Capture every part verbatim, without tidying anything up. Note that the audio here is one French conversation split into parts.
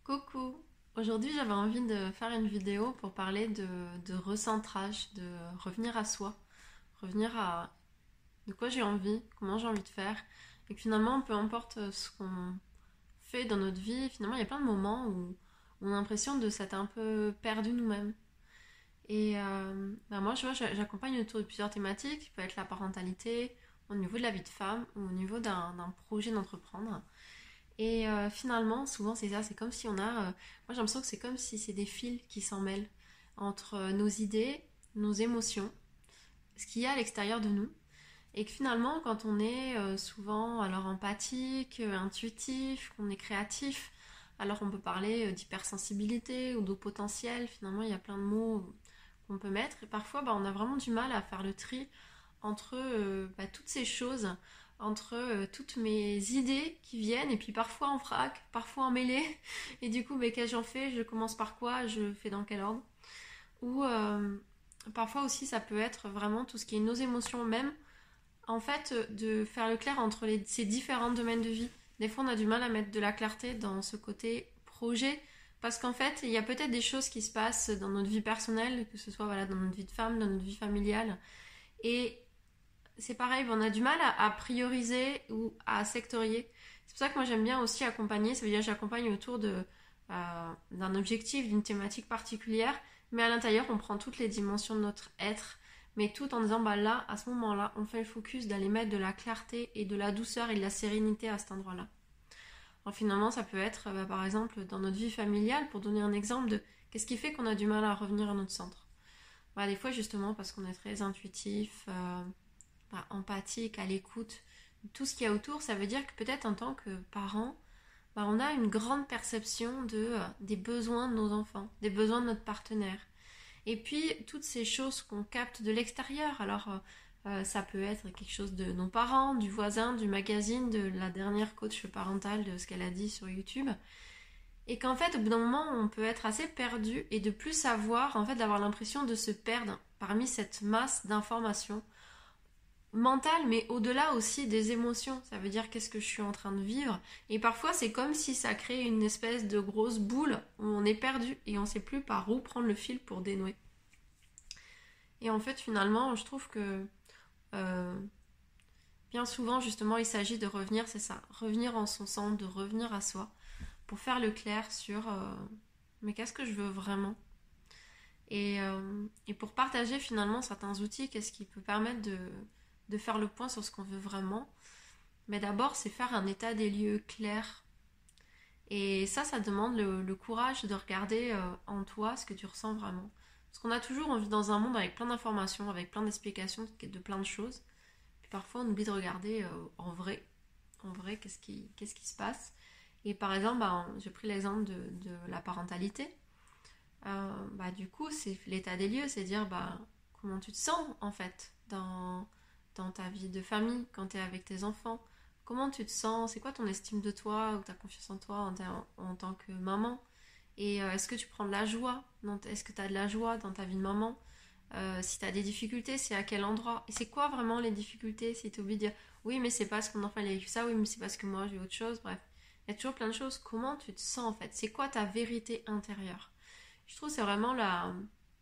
Coucou! Aujourd'hui, j'avais envie de faire une vidéo pour parler de, de recentrage, de revenir à soi, revenir à de quoi j'ai envie, comment j'ai envie de faire. Et que finalement, peu importe ce qu'on fait dans notre vie, finalement, il y a plein de moments où on a l'impression de s'être un peu perdu nous-mêmes. Et euh, bah moi, je vois, j'accompagne autour de plusieurs thématiques, qui peut être la parentalité, au niveau de la vie de femme, ou au niveau d'un d'un projet d'entreprendre. Et euh, finalement, souvent c'est ça, c'est comme si on a... euh, moi j'ai l'impression que c'est comme si c'est des fils qui s'en mêlent entre euh, nos idées, nos émotions, ce qu'il y a à l'extérieur de nous. Et que finalement, quand on est euh, souvent alors empathique, euh, intuitif, qu'on est créatif, alors on peut parler euh, d'hypersensibilité ou d'eau potentiel, finalement il y a plein de mots qu'on peut mettre. Et parfois, bah, on a vraiment du mal à faire le tri entre euh, bah, toutes ces choses, entre euh, toutes mes idées qui viennent, et puis parfois en vrac, parfois en mêlée. Et du coup, bah, qu'est-ce que j'en fais? Je commence par quoi? Je fais dans quel ordre? Ou euh, parfois aussi, ça peut être vraiment tout ce qui est nos émotions même. En fait, euh, de faire le clair entre les, ces différents domaines de vie. Des fois, on a du mal à mettre de la clarté dans ce côté projet, parce qu'en fait, il y a peut-être des choses qui se passent dans notre vie personnelle, que ce soit voilà, dans notre vie de femme, dans notre vie familiale. Et c'est pareil, on a du mal à, à prioriser ou à sectorier. C'est pour ça que moi j'aime bien aussi accompagner, ça veut dire que j'accompagne autour de, euh, d'un objectif, d'une thématique particulière, mais à l'intérieur on prend toutes les dimensions de notre être, mais tout en disant bah là, à ce moment-là, on fait le focus d'aller mettre de la clarté et de la douceur et de la sérénité à cet endroit-là. Alors finalement ça peut être bah, par exemple dans notre vie familiale, pour donner un exemple de qu'est-ce qui fait qu'on a du mal à revenir à notre centre. Bah, des fois justement parce qu'on est très intuitif, euh, bah, empathique, à l'écoute, tout ce qu'il y a autour, ça veut dire que peut-être en tant que parent, bah, on a une grande perception de, euh, des besoins de nos enfants, des besoins de notre partenaire. Et puis toutes ces choses qu'on capte de l'extérieur, alors euh, euh, ça peut être quelque chose de nos parents, du voisin, du magazine, de la dernière coach parentale, de ce qu'elle a dit sur YouTube. Et qu'en fait, au bout d'un moment, on peut être assez perdu et de plus savoir, en fait, d'avoir l'impression de se perdre parmi cette masse d'informations mentale, mais au-delà aussi des émotions. Ça veut dire qu'est-ce que je suis en train de vivre. Et parfois, c'est comme si ça crée une espèce de grosse boule où on est perdu et on ne sait plus par où prendre le fil pour dénouer. Et en fait, finalement, je trouve que euh, bien souvent, justement, il s'agit de revenir, c'est ça, revenir en son centre, de revenir à soi, pour faire le clair sur euh, mais qu'est-ce que je veux vraiment. Et, euh, et pour partager finalement certains outils, qu'est-ce qui peut permettre de, de faire le point sur ce qu'on veut vraiment. Mais d'abord, c'est faire un état des lieux clair. Et ça, ça demande le, le courage de regarder euh, en toi ce que tu ressens vraiment. Parce qu'on a toujours, on vit dans un monde avec plein d'informations, avec plein d'explications de plein de choses. Puis parfois, on oublie de regarder euh, en vrai. En vrai, qu'est-ce qui, qu'est-ce qui se passe. Et par exemple, bah, j'ai pris l'exemple de, de la parentalité. Euh, bah, du coup, c'est l'état des lieux, c'est dire bah, comment tu te sens en fait dans, dans ta vie de famille, quand tu es avec tes enfants. Comment tu te sens, c'est quoi ton estime de toi ou ta confiance en toi en, ta- en tant que maman. Et euh, est-ce que tu prends de la joie, est-ce que tu as de la joie dans ta vie de maman. Euh, si tu as des difficultés, c'est à quel endroit. Et c'est quoi vraiment les difficultés. Si tu oublies de dire oui, mais c'est parce que mon enfant il a vécu ça, oui, mais c'est parce que moi j'ai autre chose. Bref, il y a toujours plein de choses. Comment tu te sens en fait. C'est quoi ta vérité intérieure. Je trouve que c'est vraiment la,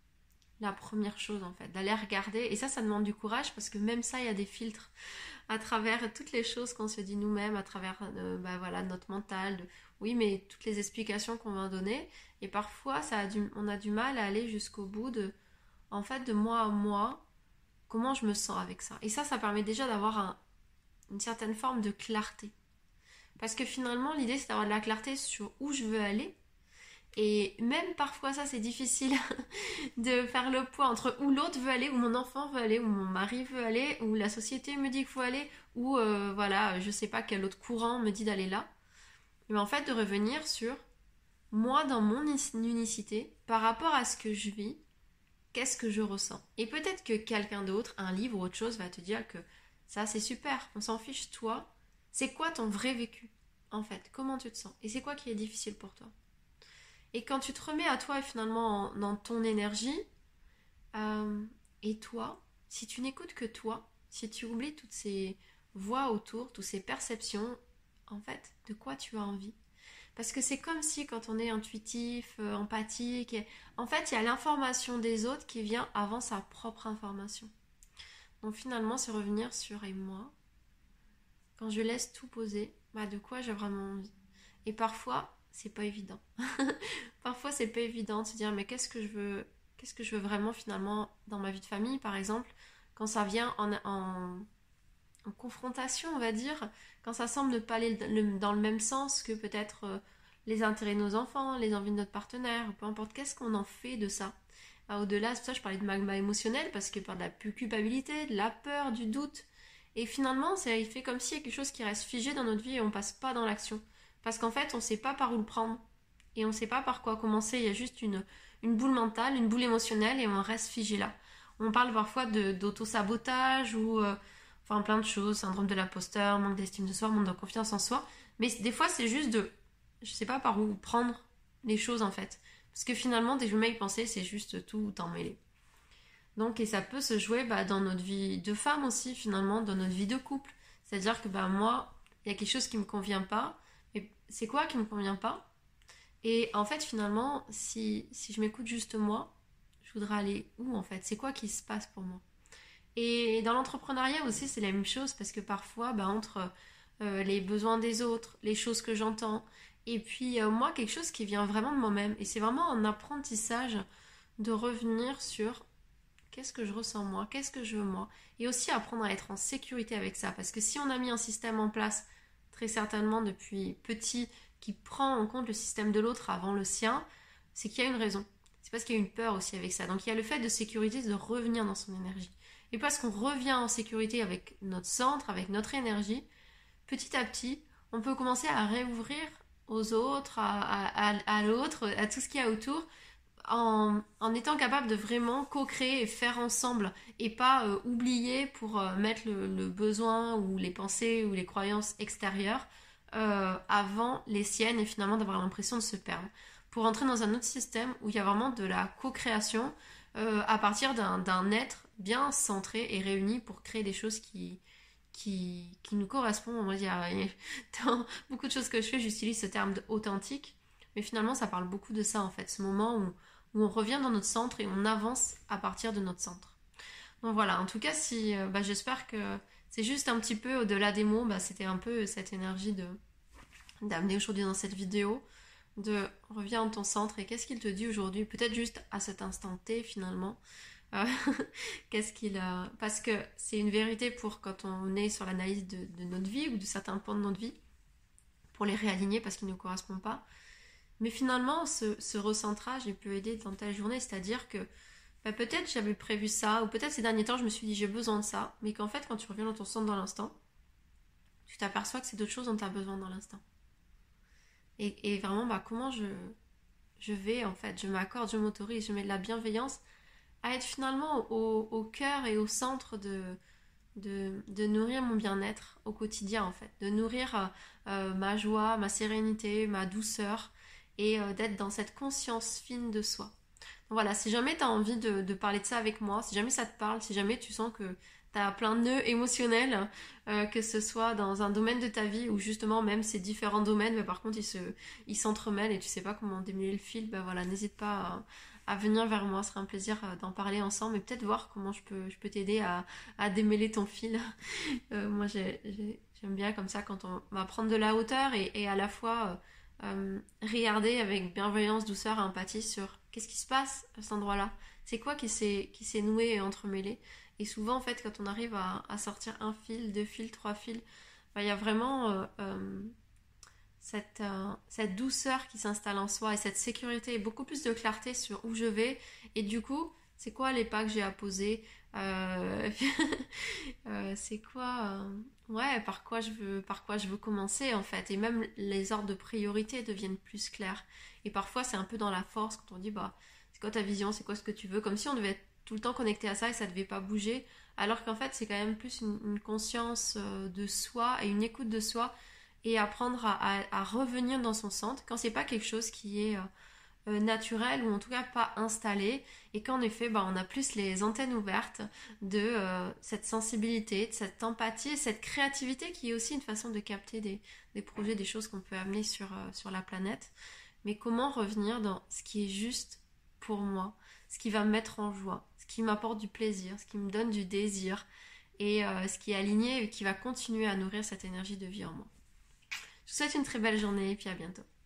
la première chose en fait, d'aller regarder. Et ça, ça demande du courage parce que même ça, il y a des filtres à travers toutes les choses qu'on se dit nous-mêmes, à travers euh, bah, voilà, notre mental. De, oui, mais toutes les explications qu'on va donner. Et parfois, ça a du, on a du mal à aller jusqu'au bout de, en fait, de moi à moi, comment je me sens avec ça. Et ça, ça permet déjà d'avoir un, une certaine forme de clarté. Parce que finalement, l'idée, c'est d'avoir de la clarté sur où je veux aller. Et même parfois, ça, c'est difficile de faire le poids entre où l'autre veut aller, où mon enfant veut aller, où mon mari veut aller, où la société me dit qu'il faut aller, ou euh, voilà, je sais pas quel autre courant me dit d'aller là. Mais en fait, de revenir sur moi dans mon unicité, par rapport à ce que je vis, qu'est-ce que je ressens. Et peut-être que quelqu'un d'autre, un livre ou autre chose, va te dire que ça, c'est super, on s'en fiche, toi. C'est quoi ton vrai vécu, en fait? Comment tu te sens? Et c'est quoi qui est difficile pour toi? Et quand tu te remets à toi finalement en- dans ton énergie, euh, et toi, si tu n'écoutes que toi, si tu oublies toutes ces voix autour, toutes ces perceptions, en fait, de quoi tu as envie. Parce que c'est comme si quand on est intuitif, euh, empathique, et... en fait, il y a l'information des autres qui vient avant sa propre information. Donc finalement, c'est revenir sur et moi, quand je laisse tout poser, bah de quoi j'ai vraiment envie. Et parfois, c'est pas évident. Parfois, c'est pas évident de se dire mais qu'est-ce que je veux, qu'est-ce que je veux vraiment finalement dans ma vie de famille, par exemple, quand ça vient en, en, en confrontation, on va dire, quand ça semble ne pas aller le- dans le même sens que peut-être euh, les intérêts de nos enfants, les envies de notre partenaire, peu importe, qu'est-ce qu'on en fait de ça. Ah, au-delà, c'est pour ça que je parlais de magma émotionnel, parce que par de la culpabilité, de la peur, du doute. Et finalement, ça il fait comme s'il y a quelque chose qui reste figé dans notre vie et on passe pas dans l'action. Parce qu'en fait, on ne sait pas par où le prendre. Et on ne sait pas par quoi commencer. Il y a juste une, une boule mentale, une boule émotionnelle et on reste figé là. On parle parfois de, d'auto-sabotage ou euh, enfin plein de choses, syndrome de l'imposteur, manque d'estime de soi, manque de confiance en soi. Mais des fois, c'est juste de... Je sais pas par où prendre les choses en fait. Parce que finalement, dès que je me mets à y penser, c'est juste tout emmêlé. Donc, et ça peut se jouer bah, dans notre vie de femme aussi, finalement, dans notre vie de couple. C'est-à-dire que bah, moi, il y a quelque chose qui me convient pas. Mais c'est quoi qui me convient pas? Et en fait, finalement, si, si je m'écoute juste moi, je voudrais aller où en fait? C'est quoi qui se passe pour moi? Et dans l'entrepreneuriat aussi, c'est la même chose parce que parfois, bah, entre euh, les besoins des autres, les choses que j'entends, et puis euh, moi, quelque chose qui vient vraiment de moi-même. Et c'est vraiment un apprentissage de revenir sur qu'est-ce que je ressens moi, qu'est-ce que je veux moi, et aussi apprendre à être en sécurité avec ça. Parce que si on a mis un système en place, très certainement depuis petit, qui prend en compte le système de l'autre avant le sien, c'est qu'il y a une raison. C'est parce qu'il y a une peur aussi avec ça. Donc il y a le fait de sécurité, de revenir dans son énergie. Et parce qu'on revient en sécurité avec notre centre, avec notre énergie, petit à petit, on peut commencer à réouvrir aux autres, à, à, à, à l'autre, à tout ce qu'il y a autour, en, en étant capable de vraiment co-créer et faire ensemble, et pas euh, oublier pour euh, mettre le, le besoin ou les pensées ou les croyances extérieures euh, avant les siennes et finalement d'avoir l'impression de se perdre. Pour entrer dans un autre système où il y a vraiment de la co-création euh, à partir d'un, d'un être bien centré et réuni pour créer des choses qui, qui, qui nous correspondent. On va dire, dans beaucoup de choses que je fais, j'utilise ce terme d'authentique, mais finalement ça parle beaucoup de ça en fait, ce moment où, où on revient dans notre centre et on avance à partir de notre centre. Donc voilà, en tout cas, si, euh, bah, j'espère que c'est juste un petit peu au-delà des mots, bah, c'était un peu cette énergie de, d'amener aujourd'hui dans cette vidéo, de reviens en ton centre et qu'est-ce qu'il te dit aujourd'hui, peut-être juste à cet instant T finalement. Euh, qu'est-ce qu'il a... Parce que c'est une vérité pour quand on est sur l'analyse de, de notre vie ou de certains points de notre vie, pour les réaligner parce qu'ils ne nous correspondent pas. Mais finalement, ce, ce recentrage, il peut aider dans ta journée, c'est-à-dire que bah, peut-être j'avais prévu ça, ou peut-être ces derniers temps, je me suis dit j'ai besoin de ça, mais qu'en fait, quand tu reviens dans ton centre dans l'instant, tu t'aperçois que c'est d'autres choses dont tu as besoin dans l'instant. Et, et vraiment, bah, comment je, je vais, en fait, je m'accorde, je m'autorise, je mets de la bienveillance à être finalement au, au cœur et au centre de, de, de nourrir mon bien-être au quotidien, en fait, de nourrir euh, ma joie, ma sérénité, ma douceur, et euh, d'être dans cette conscience fine de soi. Donc voilà, si jamais tu as envie de, de parler de ça avec moi, si jamais ça te parle, si jamais tu sens que tu as plein de nœuds émotionnels, euh, que ce soit dans un domaine de ta vie ou justement même ces différents domaines, mais par contre ils, se, ils s'entremêlent et tu sais pas comment démêler le fil, ben voilà, n'hésite pas à, à venir vers moi, ce sera un plaisir d'en parler ensemble et peut-être voir comment je peux, je peux t'aider à, à démêler ton fil. Euh, moi j'ai, j'ai, j'aime bien comme ça quand on va prendre de la hauteur et, et à la fois... Euh, Euh, regarder avec bienveillance, douceur et empathie sur qu'est-ce qui se passe à cet endroit-là. C'est quoi qui s'est, qui s'est noué et entremêlé. Et souvent, en fait, quand on arrive à, à sortir un fil, deux fils, trois fils, bah, il y a vraiment euh, euh, cette, euh, cette douceur qui s'installe en soi et cette sécurité et beaucoup plus de clarté sur où je vais. Et du coup, c'est quoi les pas que j'ai à poser euh, euh, c'est quoi euh, ouais, par quoi je veux par quoi je veux commencer en fait, et même les ordres de priorité deviennent plus clairs. Et parfois c'est un peu dans la force quand on dit bah c'est quoi ta vision, c'est quoi ce que tu veux, comme si on devait être tout le temps connecté à ça et ça devait pas bouger, alors qu'en fait c'est quand même plus une, une conscience euh, de soi et une écoute de soi, et apprendre à, à, à revenir dans son centre quand c'est pas quelque chose qui est euh, euh, naturelle ou en tout cas pas installée et qu'en effet bah, on a plus les antennes ouvertes de euh, cette sensibilité, de cette empathie et cette créativité qui est aussi une façon de capter des, des projets, des choses qu'on peut amener sur, euh, sur la planète. Mais comment revenir dans ce qui est juste pour moi, ce qui va me mettre en joie, ce qui m'apporte du plaisir, ce qui me donne du désir et euh, ce qui est aligné et qui va continuer à nourrir cette énergie de vie en moi. Je vous souhaite une très belle journée et puis à bientôt.